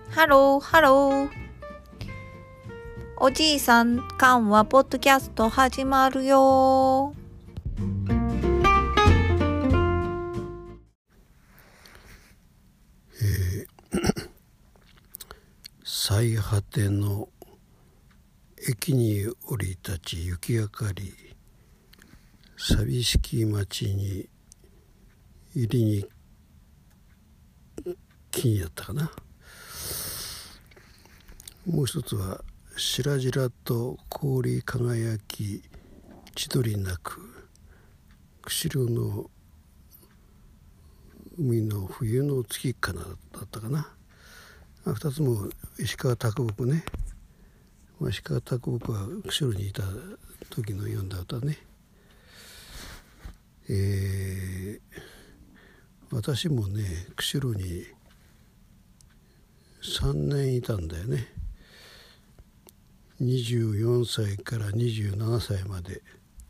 ハローハロー。おじいさんかんはポッドキャスト始まるよ。 最果ての駅に降り立ち雪明かり、寂しき町に入りに気になったかな。もう一つは白々と氷輝き千鳥なく釧路の海の冬の月かなだったかな。二つも石川啄木ね。石川啄木は釧路にいた時の読んだ歌ね。私もね釧路に3年いたんだよね。24歳から27歳まで。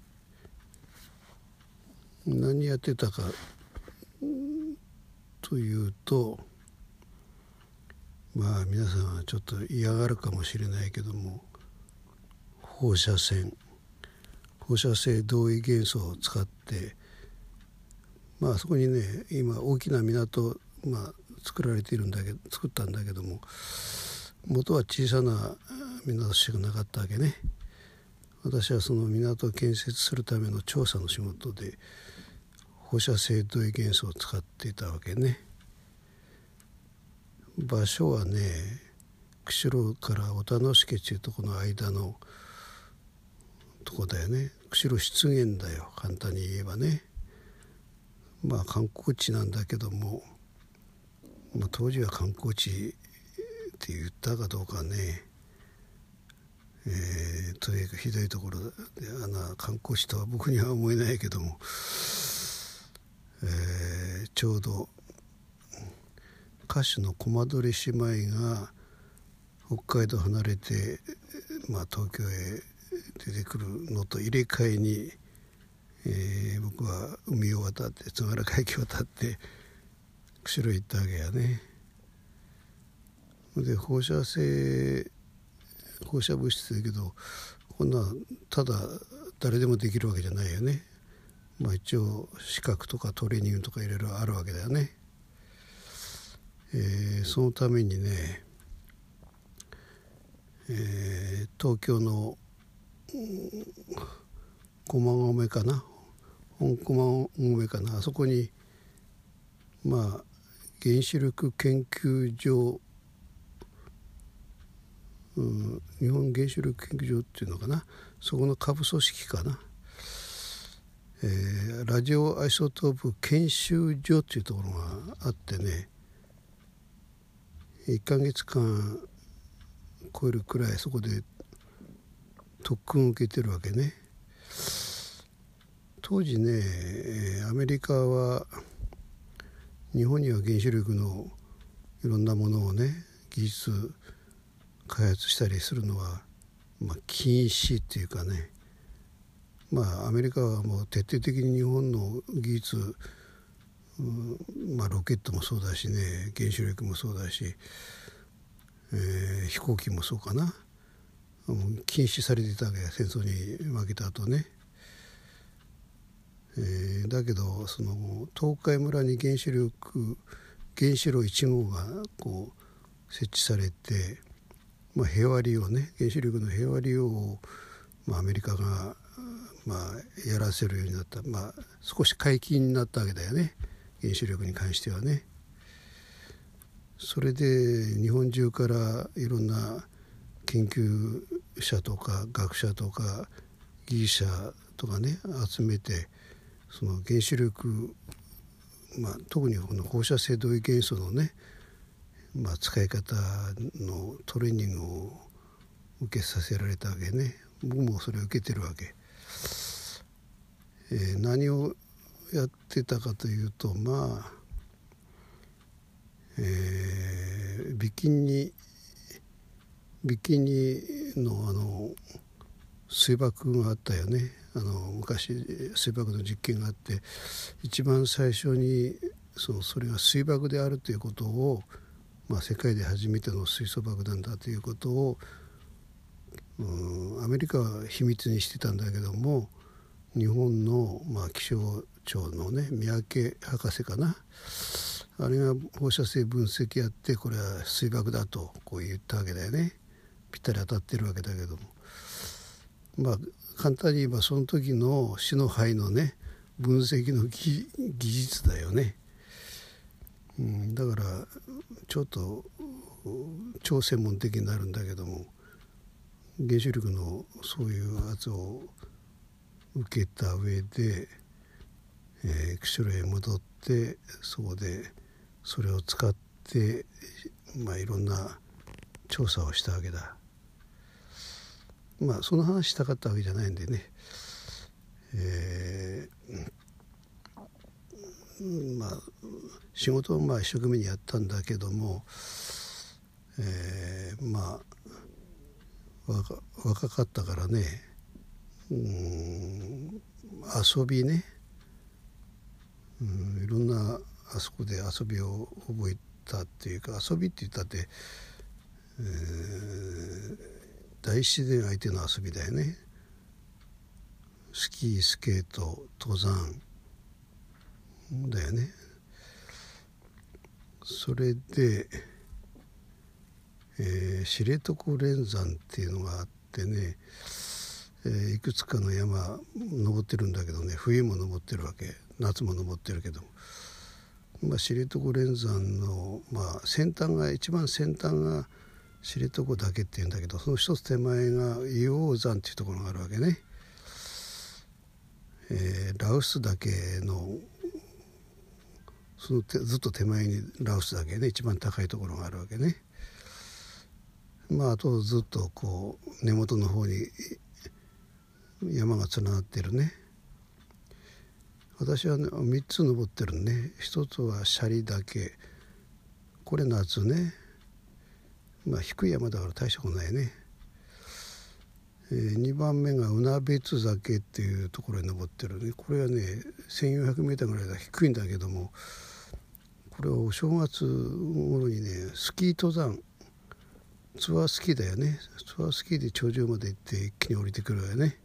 何やってたかというと、まあ皆さんはちょっと嫌がるかもしれないけども、放射性同位元素を使って、まあそこにね今大きな港、作ったんだけども、元は小さな港しかなかったわけね。私はその港を建設するための調査の仕事で放射性同位元素を使っていたわけね。場所はね釧路から小田之助っていうところの間のとこだよね。釧路湿原だよ、簡単に言えばね。観光地なんだけども、当時は観光地って言ったかどうかね、とにかくひどいところで、観光地とは僕には思えないけども、ちょうど歌手のコマドリ姉妹が北海道離れて、東京へ出てくるのと入れ替えに、僕は海を渡って津軽海峡を渡って釧路行ったわけやね。で放射物質だけど、こんなただ誰でもできるわけじゃないよね。一応資格とかトレーニングとかいろいろあるわけだよね。そのためにね、東京の駒込かな、本駒込かな、あそこに原子力研究所、日本原子力研究所っていうのかな、そこの下部組織かな、ラジオアイソトープ研修所っていうところがあってね、1ヶ月間超えるくらいそこで特訓を受けてるわけね。当時ね、アメリカは日本には原子力のいろんなものをね技術開発したりするのは禁止っていうかね、アメリカはもう徹底的に日本の技術、ロケットもそうだしね、原子力もそうだし、飛行機もそうかな、禁止されてたわけや、戦争に負けた後ね。だけどその東海村に原子炉1号が設置されて、平和利用ね、原子力の平和利用を、アメリカがやらせるようになった、少し解禁になったわけだよね、原子力に関してはね。それで日本中からいろんな研究者とか学者とか技術者とかね集めて、その原子力、特にこの放射性同位元素のね、使い方のトレーニングを受けさせられたわけね。僕もそれを受けてるわけ。何をやってたかというと、ビキニの水爆があったよね。昔水爆の実験があって、一番最初にそれが水爆であるということを、 世界で初めての水素爆弾だということを、アメリカは秘密にしてたんだけども、日本の、気象庁のね、三宅博士かな、あれが放射性分析やって、これは水爆だとこう言ったわけだよね。ぴったり当たってるわけだけども、簡単に言えばその時の死の灰のね、分析の技術だよね。だからちょっと超専門的になるんだけども、原子力のそういう圧を受けた上で、釧路へ戻って、そこでそれを使って、いろんな調査をしたわけだ。その話したかったわけじゃないんでね、仕事を一生懸命にやったんだけども、若かったからね、遊びね、いろんなあそこで遊びを覚えたっていうか、遊びって言ったって、大自然相手の遊びだよね。スキー、スケート、登山だよね。それで、知床連山っていうのがあってね、いくつかの山登ってるんだけどね、冬も登ってるわけ、夏も登ってるけども、知床連山の、一番先端が知床だけっていうんだけど、その一つ手前が硫黄山っていうところがあるわけね。羅臼岳のそのずっと手前に羅臼岳ね、一番高いところがあるわけね。あとずっとこう根元の方に山がつながってるね。私は、3つ登ってるね。一つは斜里岳、これ夏ね、低い山だから大したことないね。2番目がうなべつ岳っていうところに登ってるね。これはね 1400 メーターぐらいだ、低いんだけども、これはお正月頃にね、スキー登山、ツアースキーだよね。ツアースキーで頂上まで行って一気に降りてくるわよね。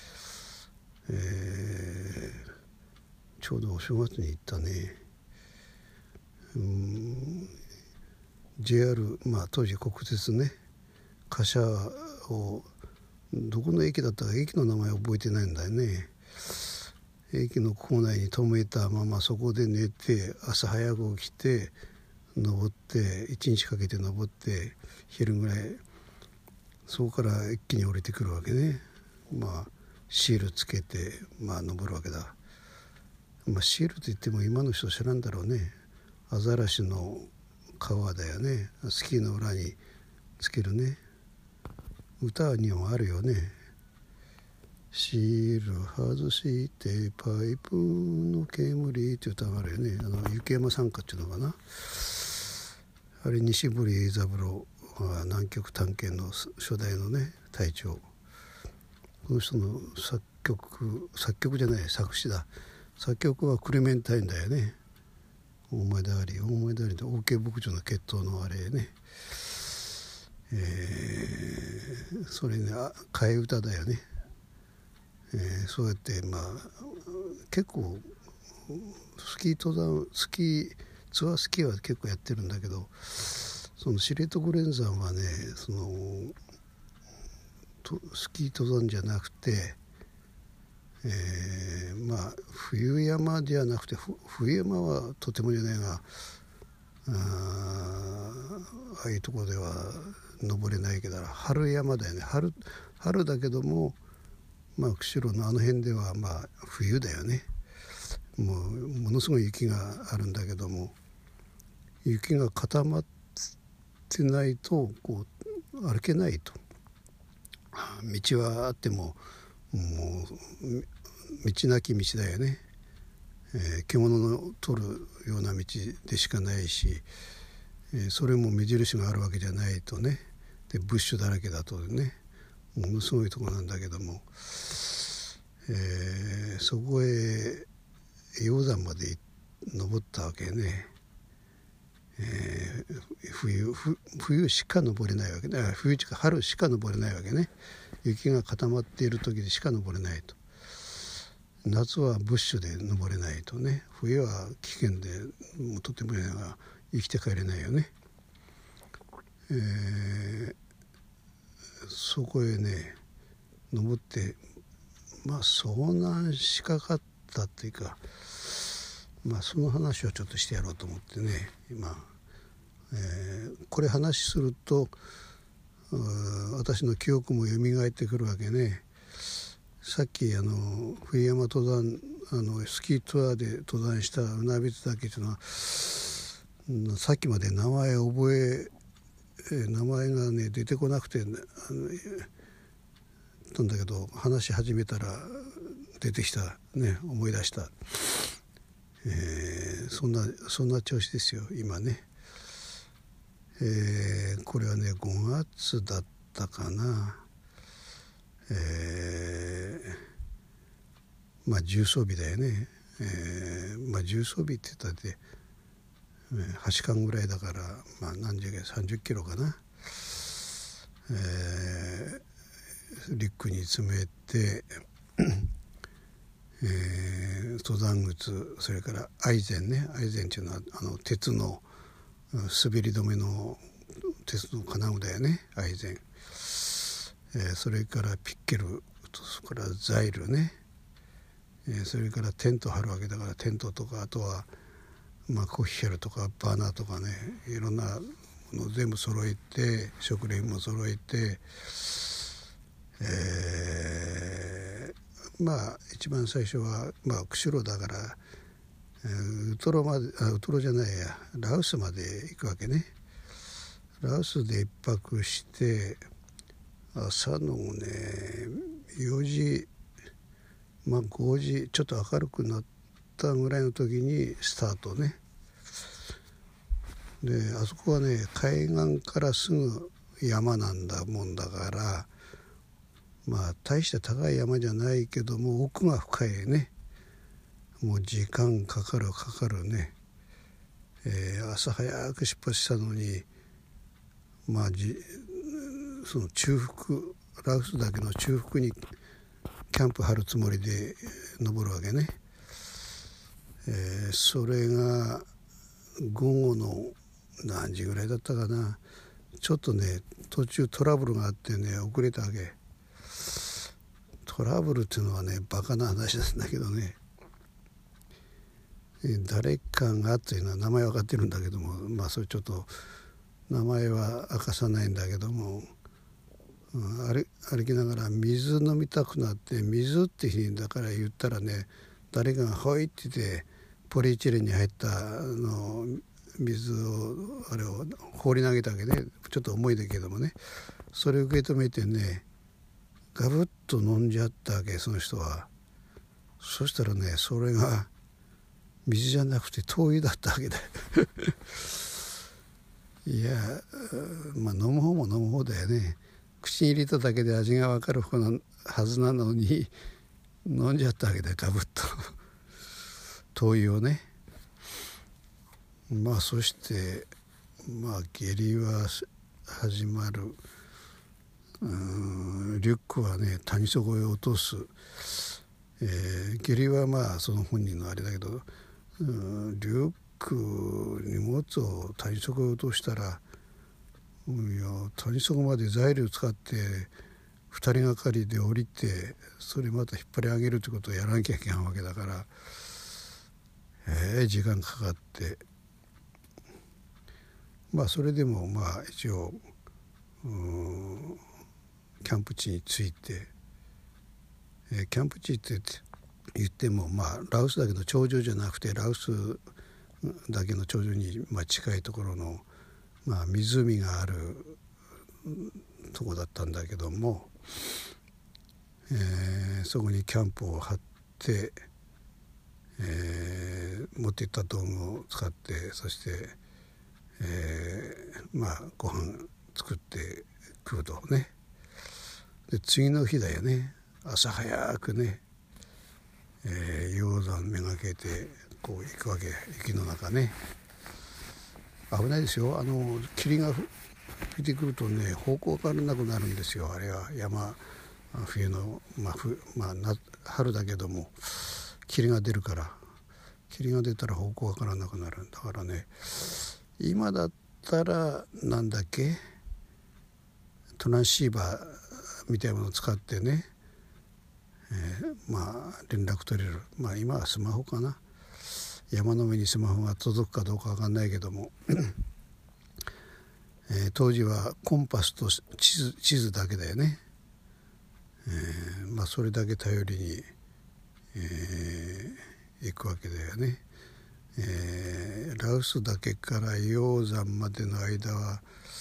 ちょうどお正月に行ったね。JR、当時国鉄ね、貨車をどこの駅だったか、駅の名前覚えてないんだよね。駅の構内に止めたままそこで寝て、朝早く起きて登って、1日かけて登って、昼ぐらいそこから一気に降りてくるわけね。シールつけて登るわけだ。シールといっても今の人知らんだろうね。アザラシの皮だよね。スキーの裏につけるね。歌にもあるよね。シール外してパイプの煙って歌があるよね。雪山参加っていうのかな。あれ西堀栄三郎は南極探検の初代のね隊長。この人の作曲じゃない、作詞だ。作曲はクレメンタインだよね。大前田ありで OK 牧場の血統のあれね。それね、替え歌だよね。そうやって結構スキーツアースキーは結構やってるんだけど、その知床連山はね、そのスキー登山じゃなくて、冬山じゃなくて、冬山はとてもじゃないが、ああいうところでは登れないけど、春山だよね。春だけども、釧路のあの辺では冬だよね。ものすごい雪があるんだけども、雪が固まってないとこう歩けないと。道はあってももう道なき道だよね。獣の取るような道でしかないし、それも目印があるわけじゃないとね。でブッシュだらけだとね、ものすごいところなんだけども、そこへ硫黄山まで登ったわけね。 冬しか登れないわけね。冬か春しか登れないわけね。雪が固まっている時でしか登れないと。夏はブッシュで登れないとね。冬は危険でもうとても生きて帰れないよね。そこへね登って遭難しかかったっていうか、その話をちょっとしてやろうと思ってね今、これ話すると私の記憶も蘇ってくるわけね。さっき冬山登山スキーツアーで登山した船別岳というのはさっきまで名前がね出てこなくてたんだけど、話し始めたら出てきたね、思い出した、そんな調子ですよ今ね。これはね5月だったかな。重装備だよね。重装備って言ったって8巻ぐらいだから何十30キロかな。リュックに詰めて、登山靴、それからアイゼンっていうのは鉄の滑り止めの鉄の金具だよね、アイゼン。それからピッケル、それからザイルね、それからテント張るわけだからテントとか、あとはコッヒェルとかバーナーとかね、いろんなもの全部揃えて、食料も揃えて、一番最初は釧路だから、ウトロじゃないや、羅臼まで行くわけね。羅臼で一泊して、朝のね4時5時ちょっと明るくなったぐらいの時にスタートね。であそこはね海岸からすぐ山なんだもんだから、大して高い山じゃないけども奥が深いね。もう時間かかるね。朝早く出発したのにその中腹、羅臼岳の中腹にキャンプ張るつもりで登るわけね。それが午後の何時ぐらいだったかな。ちょっとね途中トラブルがあってね遅れたわけ。トラブルっていうのはねバカな話なんだけどね、誰かがというのは名前分かってるんだけども、それちょっと名前は明かさないんだけども、歩きながら水飲みたくなって、水ってだから言ったらね、誰かがほいって言ってポリエチレンに入った水を放り投げたわけで、ちょっと重いだけどもね、それを受け止めてねガブッと飲んじゃったわけ、その人は。そしたらねそれが水じゃなくて灯油だったわけだいや飲む方も飲む方だよね。口に入れただけで味が分かるはずなのに飲んじゃったわけだよ、ガブッと灯油をね。そして下痢は始まる。リュックはね谷底へ落とす。下痢はその本人のあれだけど、リュック荷物を谷底へ落としたら、谷底まで材料を使って2人がかりで降りて、それまた引っ張り上げるってことをやらなきゃいけないわけだから、時間かかって、それでも一応キャンプ地に着いて、キャンプ地って言っても羅臼岳の頂上じゃなくて羅臼岳の頂上に近いところの湖があるとこだったんだけども、そこにキャンプを張って、持っていった道具を使って、そして、ご飯作って食うとね。で次の日だよね、朝早くね、鷹山めがけてこう行くわけ、雪の中ね。 危ないですよ。霧が吹いてくるとね、方向が分からなくなるんですよ。あれは冬の、春だけども霧が出るから、霧が出たら方向分からなくなる。だからね、今だったらなんだっけ、トランシーバーみたいなものを使ってね、連絡取れる。今はスマホかな。山の上にスマホが届くかどうか分かんないけども当時はコンパスと地図だけだよね。それだけ頼りに、行くわけだよね。羅臼岳から鷹山までの間は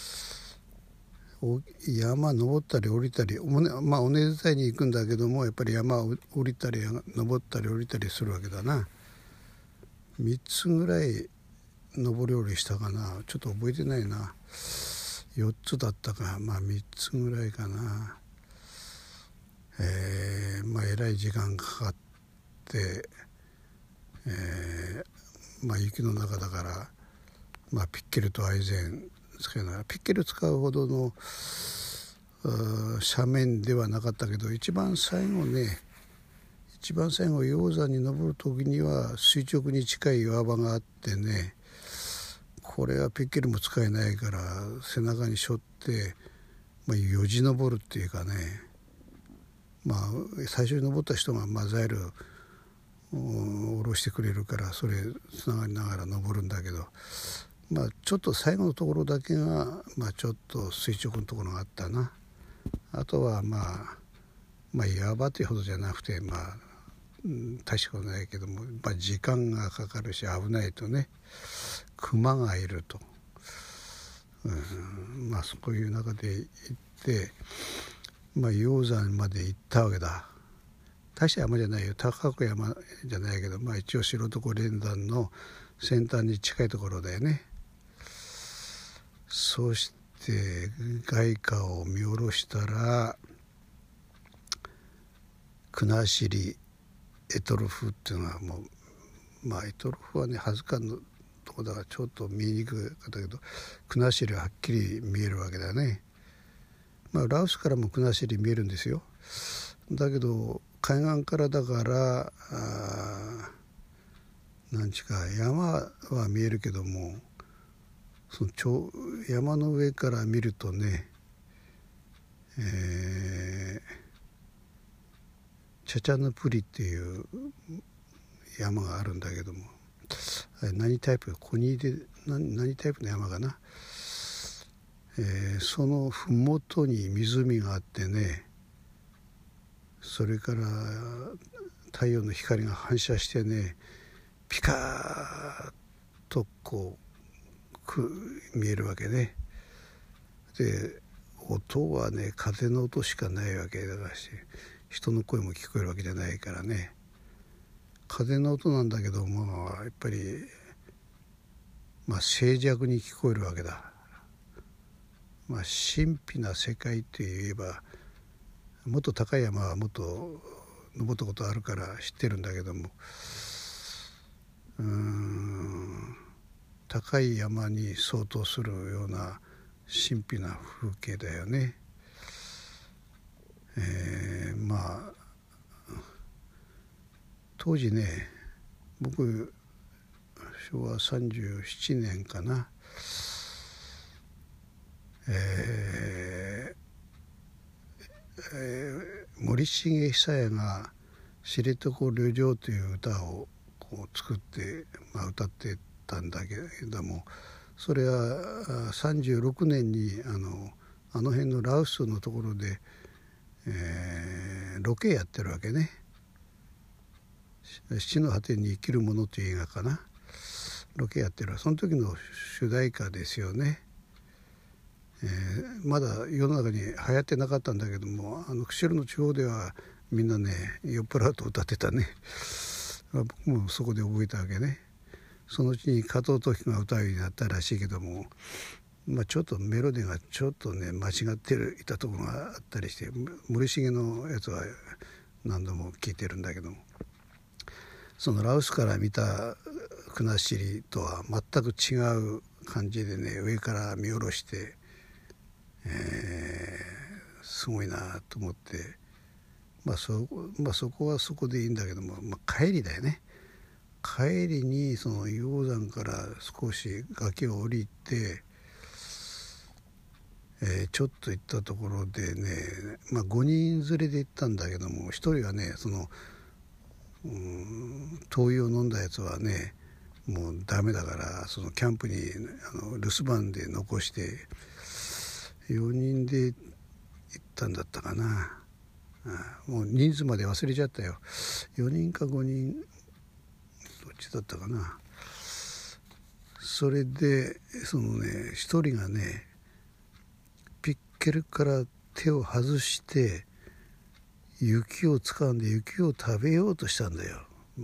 山登ったり降りたり、尾根伝いに行くんだけども、やっぱり山を降りたり登ったり降りたりするわけだな。3つぐらい登り降りしたかな、ちょっと覚えてないな。4つだったか、3つぐらいかな。えらい時間かかって、雪の中だから、ピッケルとアイゼン使いながら、ピッケル使うほどの斜面ではなかったけど、一番最後鷹山に登る時には垂直に近い岩場があってね、これはピッケルも使えないから背中に背負って、よじ登るっていうかね、最初に登った人がザイルを下ろしてくれるから、それつながりながら登るんだけど、ちょっと最後のところだけが、ちょっと垂直のところがあったな。あとは岩場というほどじゃなくて、大したことないけども、時間がかかるし危ないとね、熊がいると、そういう中で行って、鷹山まで行ったわけだ。大した山じゃないよ、高く山じゃないけど、一応知床連山の先端に近いところだよね。そして外貨を見下ろしたら、国後エトロフっていうのはエトロフはね、恥ずかのとこだからちょっと見にくかったけど、国後ははっきり見えるわけだね。羅臼からも国後見えるんですよ。だけど海岸からだから、山は見えるけども、その山の上から見るとね、チャチャヌプリっていう山があるんだけども、何タイプの山かな。その麓に湖があってね、それから太陽の光が反射してね、ピカーッと見えるわけね。で音はね、風の音しかないわけだからし、人の声も聞こえるわけじゃないからね、風の音なんだけども、やっぱり静寂に聞こえるわけだ。神秘な世界といえば、もっと高い山はもっと登ったことあるから知ってるんだけども、高い山に相当するような神秘な風景だよね。当時ね、僕昭和37年かな、森重久彌が知床旅情という歌を作って歌ってたんだけれども、それは36年にあの辺の羅臼のところで、ロケやってるわけね。死の果てに生きるものという映画かな、ロケやってる、その時の主題歌ですよね。まだ世の中に流行ってなかったんだけども、釧路の地方ではみんなね、酔っ払うと歌ってたね。僕もそこで覚えたわけね。そのうちに加藤登紀が歌うようになったらしいけども、ちょっとメロディーがちょっとね間違っていたところがあったりして、森重のやつは何度も聴いてるんだけども、その羅臼から見た国後とは全く違う感じでね上から見下ろして、すごいなと思って、そこはそこでいいんだけども、帰りだよね。帰りにその硫黄山から少し崖を降りて、ちょっと行ったところでね、5人連れで行ったんだけども、1人はねその灯油を飲んだやつはねもうダメだから、そのキャンプに留守番で残して4人で行ったんだったかな。もう人数まで忘れちゃったよ。4人か5人どっちだったかな。それでそのね1人がねピッケルから手を外して雪を掴んで雪を食べようとしたんだよ。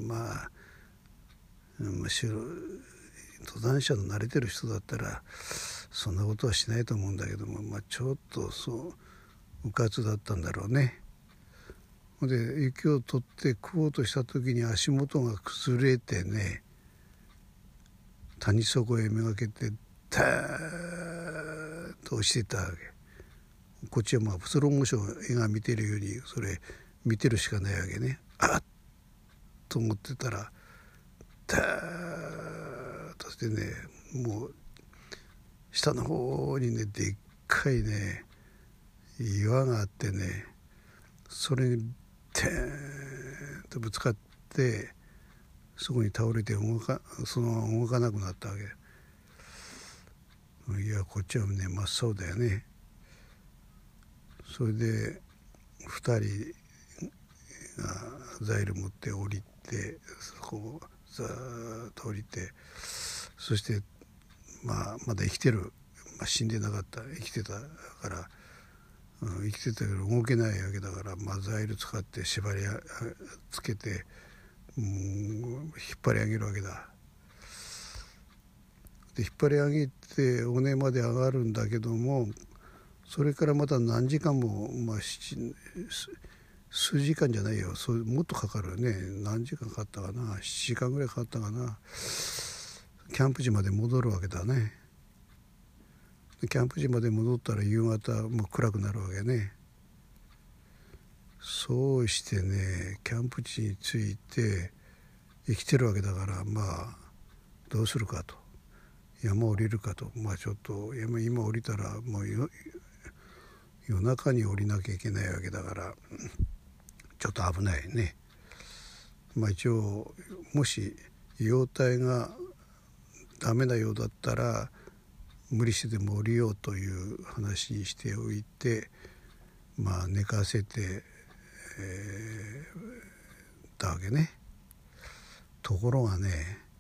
むしろ登山者の慣れてる人だったらそんなことはしないと思うんだけども、ちょっとそううかつだったんだろうね。で雪を取って食おうとした時に足元が崩れてね、谷底へめがけてダーッと落ちていったわけ。こっちはスローモーション映画見てるようにそれ見てるしかないわけね。あっと思ってたらダーッとしてね、もう下の方にねでっかいね岩があってね、それにテーンとぶつかってそこに倒れてそのまま動かなくなったわけ。いやこっちはね真っ青だよね。それで2人がザイル持って降りて、そこをザーッと降りて、そしてまだ生きてる、死んでなかった、生きてたから、生きてたけど動けないわけだから、ザイル使って縛りつけて引っ張り上げるわけだ。で引っ張り上げて尾根まで上がるんだけども、それからまた何時間も、数時間じゃないよ、もっとかかるよね。何時間かかったかな、7時間ぐらいかかったかな。キャンプ地まで戻るわけだね。でキャンプ地まで戻ったら夕方もう暗くなるわけね。そうしてねキャンプ地に着いて生きてるわけだから、どうするかと、山降りるかと。ちょっと今降りたらもう夜中に降りなきゃいけないわけだからちょっと危ないね。一応もし容体がダメなようだったら無理してでも降りようという話にしておいて、寝かせて、たわけね。ところがね、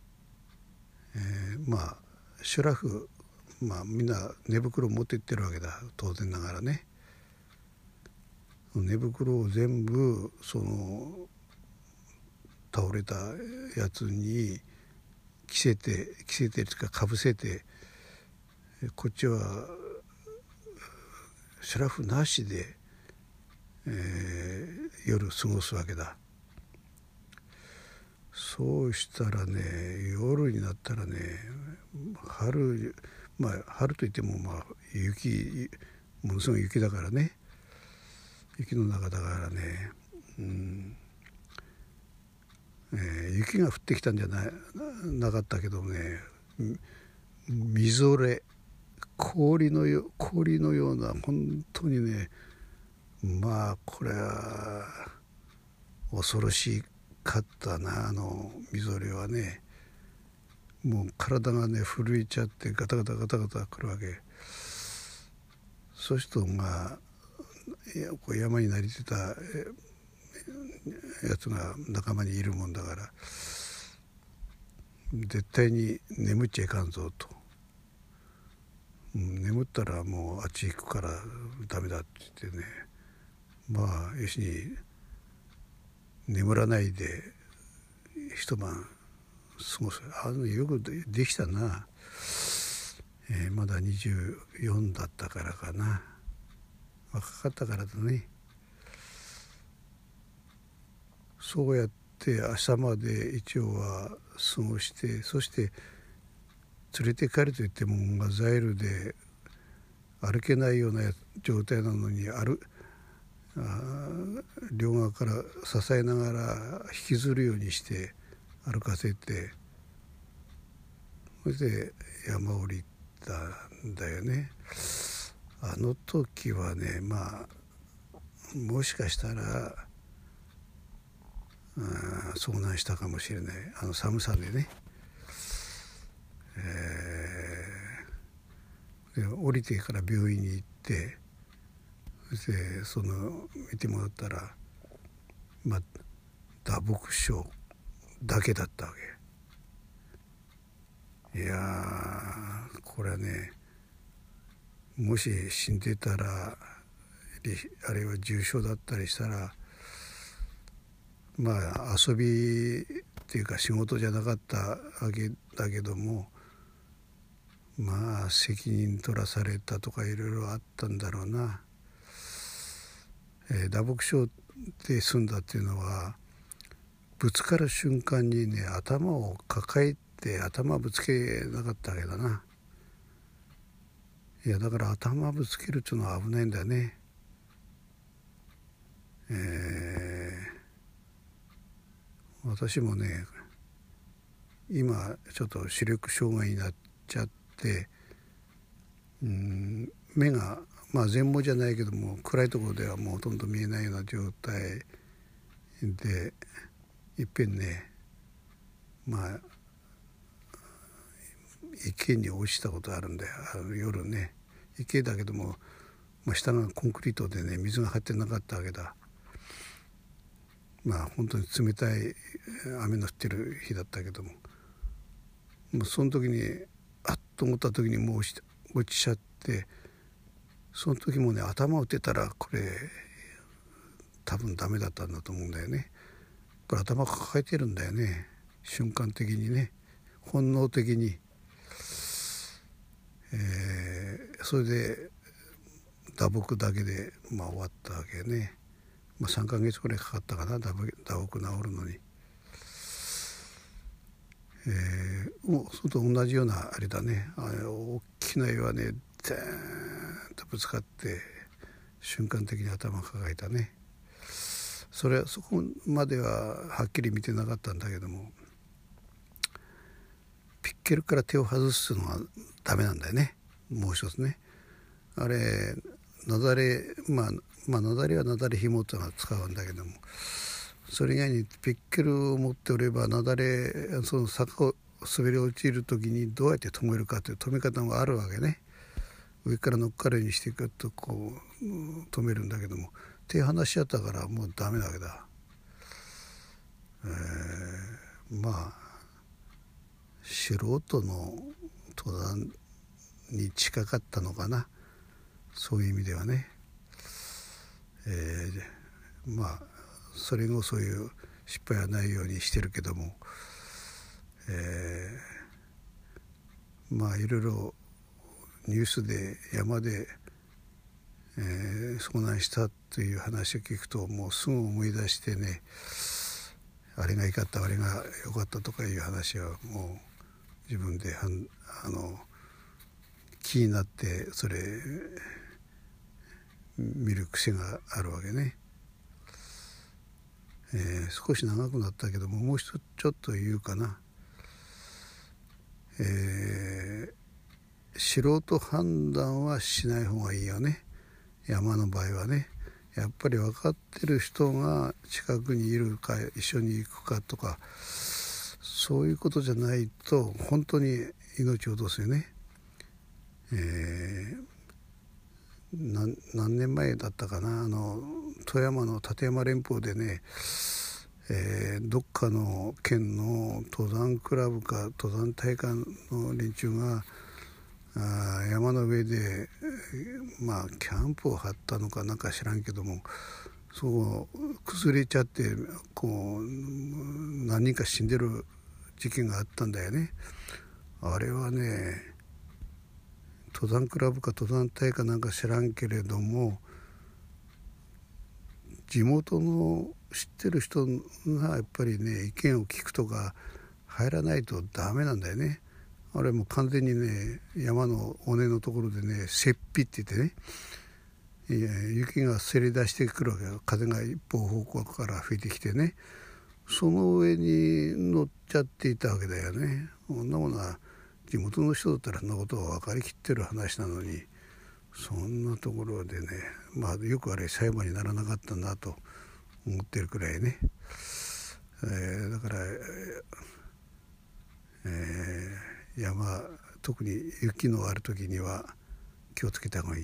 シュラフ、みんな寝袋持って行ってるわけだ、当然ながらね。寝袋を全部その倒れたやつに着せてというかかぶせて、こっちはシュラフなしで、夜過ごすわけだ。そうしたらね夜になったらね春といっても雪、ものすごい雪だからね、雪の中だからね、雪が降ってきたんじゃなかったけどね、みぞれ、氷のような、本当にね、これは恐ろしかったな。みぞれはね、もう体がね震えちゃってガタガタくるわけ。そうするとこう山に慣れてたやつが仲間にいるもんだから、絶対に眠っちゃいかんぞと、眠ったらもうあっち行くからダメだって言ってね、要するに眠らないで一晩過ごす。よくできたな。まだ24だったからかな、若かったからだね。そうやって朝まで一応は過ごして、そして連れて帰ると言ってもザイルで歩けないような状態なのに両側から支えながら引きずるようにして歩かせて、それで山降りたんだよね。あの時はね、もしかしたら遭難したかもしれない、あの寒さでね。で降りてから病院に行って、そして見てもらったら打撲傷だけだったわけ。いやー、これはね、もし死んでたら、あるいは重傷だったりしたら、遊びっていうか仕事じゃなかったわけだけども、責任取らされたとかいろいろあったんだろうな。打撲傷で済んだっていうのは、ぶつかる瞬間にね、頭を抱えて頭ぶつけなかったわけだな。いや、だから頭ぶつけるっていうのは危ないんだよね。私もね、今ちょっと視力障害になっちゃって、目が全盲じゃないけども、暗いところではもうほとんど見えないような状態で、いっぺんね、池に落ちたことあるんだよ。夜ね、池だけども、下がコンクリートでね、水が張ってなかったわけだ。本当に冷たい雨の降ってる日だったけども、その時にあっと思った時にもう落ちちゃって、その時もね、頭を打てたらこれ多分ダメだったんだと思うんだよね。これ頭抱えてるんだよね、瞬間的にね、本能的に。それで打撲だけで終わったわけね。3ヶ月ぐらいかかったかな、打撲治るのに。それと同じようなあれだね。大きな岩ね、ザーンとぶつかって瞬間的に頭抱えたね。そこまでははっきり見てなかったんだけども、ピッケルから手を外すのはダメなんだよね、もう一つね。あれ雪崩、雪崩は雪崩紐っていうのは使うんだけども、それ以外にピッケルを持っておれば、雪崩、その坂を滑り落ちる時にどうやって止めるかという止め方があるわけね。上から乗っかるようにしていくとこう止めるんだけども、手離しちゃったからもうダメなわけだ。素人の登山に近かったのかな、そういう意味ではね。それ後そういう失敗はないようにしてるけども、いろいろニュースで山で、遭難したという話を聞くと、もうすぐ思い出してね、あれがいかった、あれが良かったとかいう話はもう自分で気になって、それ見る癖があるわけね。少し長くなったけども、もう一つちょっと言うかな。素人判断はしない方がいいよね、山の場合はね。やっぱり分かってる人が近くにいるか一緒に行くかとか、そういうことじゃないと本当に命を落とすよね。何年前だったかな、富山の立山連峰でね、どっかの県の登山クラブか登山大会の連中が山の上でキャンプを張ったのかなんか知らんけども、そう崩れちゃって何人か死んでる事件があったんだよね。あれはね、登山クラブか登山隊かなんか知らんけれども、地元の知ってる人がやっぱりね、意見を聞くとか入らないとダメなんだよね。 あれもう完全にね山の尾根のところでね雪庇って言ってね、雪がせり出してくるわけよ。風が一方方向から吹いてきてね、その上に乗っちゃっていたわけだよね。そんなものは地元の人だったらそんなことは分かりきってる話なのに、そんなところでね、まあよくあれ裁判にならなかったなと思ってるくらいね、だから、山特に雪のある時には気をつけた方がいい。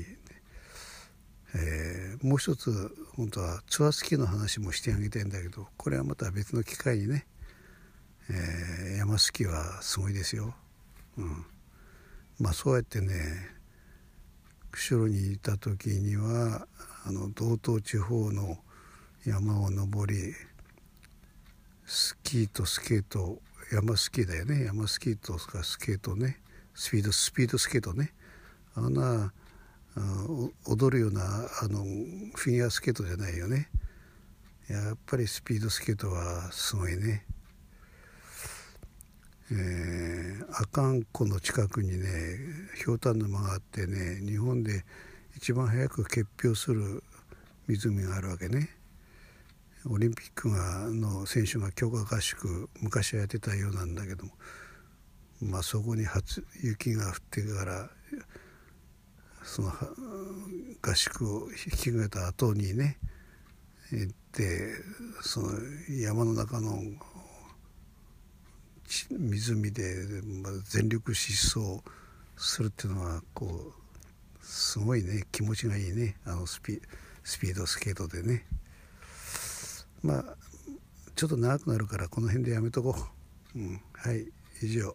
もう一つ本当はツアースキーの話もしてあげたいんだけど、これはまた別の機会にね、山スキーはすごいですよ。まあそうやってね、釧路にいた時には道東地方の山を登り、スキーとスケート、山スキーだよね、山スキーとスケートね、スピードスケートね、踊るようなフィギュアスケートじゃないよね。やっぱりスピードスケートはすごいね。阿寒湖の近くにねひょうたん沼があってね、日本で一番早く結氷する湖があるわけね。オリンピックの選手が強化合宿昔はやってたようなんだけども、まあそこに雪が降ってからその合宿を引き受けた後にね行って、その山の中の湖で全力疾走するっていうのはこうすごいね、気持ちがいいね、スピードスケートでね。まあちょっと長くなるからこの辺でやめとこう。はい、以上。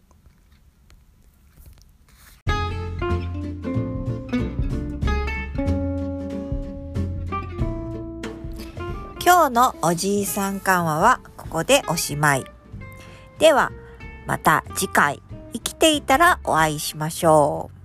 今日のおじいさん緩和はここでおしまい。ではまた次回生きていたらお会いしましょう。